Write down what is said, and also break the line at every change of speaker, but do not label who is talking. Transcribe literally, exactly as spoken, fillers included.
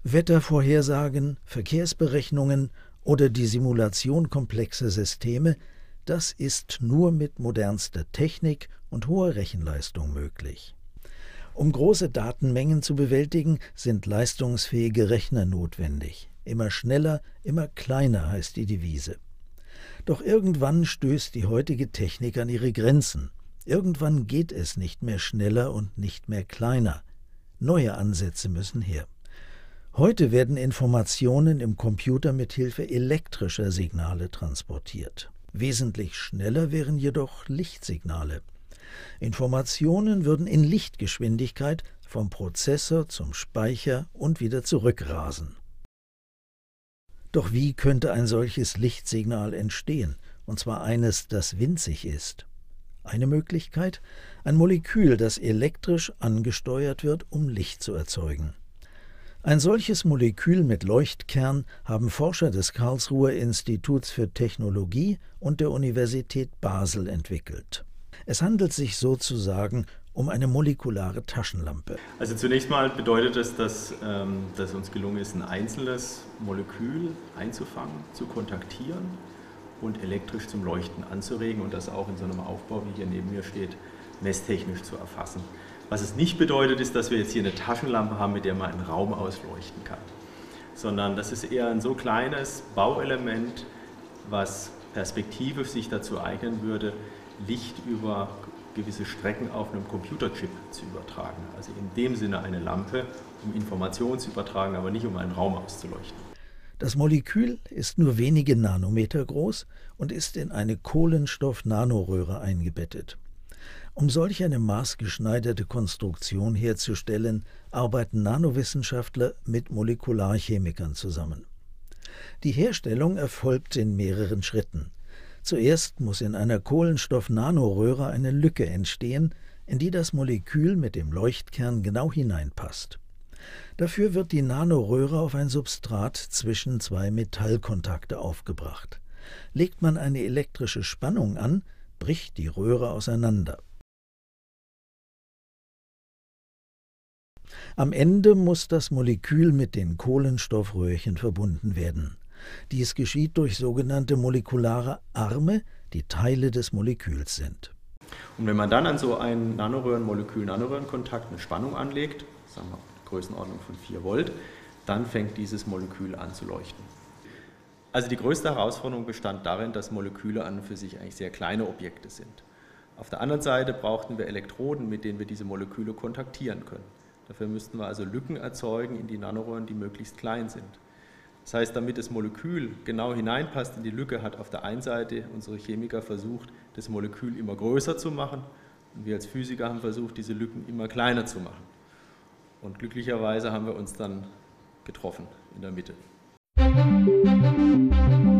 Wettervorhersagen, Verkehrsberechnungen oder die Simulation komplexer Systeme, das ist nur mit modernster Technik und hoher Rechenleistung möglich. Um große Datenmengen zu bewältigen, sind leistungsfähige Rechner notwendig. Immer schneller, immer kleiner heißt die Devise. Doch irgendwann stößt die heutige Technik an ihre Grenzen. Irgendwann geht es nicht mehr schneller und nicht mehr kleiner. Neue Ansätze müssen her. Heute werden Informationen im Computer mit Hilfe elektrischer Signale transportiert. Wesentlich schneller wären jedoch Lichtsignale. Informationen würden in Lichtgeschwindigkeit vom Prozessor zum Speicher und wieder zurückrasen. Doch wie könnte ein solches Lichtsignal entstehen, und zwar eines, das winzig ist? Eine Möglichkeit: ein Molekül, das elektrisch angesteuert wird, um Licht zu erzeugen. Ein solches Molekül mit Leuchtkern haben Forscher des Karlsruher Instituts für Technologie und der Universität Basel entwickelt. Es handelt sich sozusagen um eine molekulare Taschenlampe.
Also zunächst mal bedeutet es, dass, ähm, dass uns gelungen ist, ein einzelnes Molekül einzufangen, zu kontaktieren und elektrisch zum Leuchten anzuregen und das auch in so einem Aufbau, wie hier neben mir steht, messtechnisch zu erfassen. Was es nicht bedeutet, ist, dass wir jetzt hier eine Taschenlampe haben, mit der man einen Raum ausleuchten kann, sondern das ist eher ein so kleines Bauelement, was perspektivisch sich dazu eignen würde, Licht über gewisse Strecken auf einem Computerchip zu übertragen. Also in dem Sinne eine Lampe, um Informationen zu übertragen, aber nicht um einen Raum auszuleuchten.
Das Molekül ist nur wenige Nanometer groß und ist in eine Kohlenstoff-Nanoröhre eingebettet. Um solch eine maßgeschneiderte Konstruktion herzustellen, arbeiten Nanowissenschaftler mit Molekularchemikern zusammen. Die Herstellung erfolgt in mehreren Schritten. Zuerst muss in einer Kohlenstoff-Nanoröhre eine Lücke entstehen, in die das Molekül mit dem Leuchtkern genau hineinpasst. Dafür wird die Nanoröhre auf ein Substrat zwischen zwei Metallkontakte aufgebracht. Legt man eine elektrische Spannung an, bricht die Röhre auseinander. Am Ende muss das Molekül mit den Kohlenstoffröhrchen verbunden werden. Dies geschieht durch sogenannte molekulare Arme, die Teile des Moleküls sind.
Und wenn man dann an so einen Nanoröhren-Molekül-Nanoröhrenkontakt eine Spannung anlegt, sagen wir Größenordnung von vier Volt, dann fängt dieses Molekül an zu leuchten. Also die größte Herausforderung bestand darin, dass Moleküle an und für sich eigentlich sehr kleine Objekte sind. Auf der anderen Seite brauchten wir Elektroden, mit denen wir diese Moleküle kontaktieren können. Dafür müssten wir also Lücken erzeugen in die Nanoröhren, die möglichst klein sind. Das heißt, damit das Molekül genau hineinpasst in die Lücke, hat auf der einen Seite unsere Chemiker versucht, das Molekül immer größer zu machen, und wir als Physiker haben versucht, diese Lücken immer kleiner zu machen. Und glücklicherweise haben wir uns dann getroffen in der Mitte.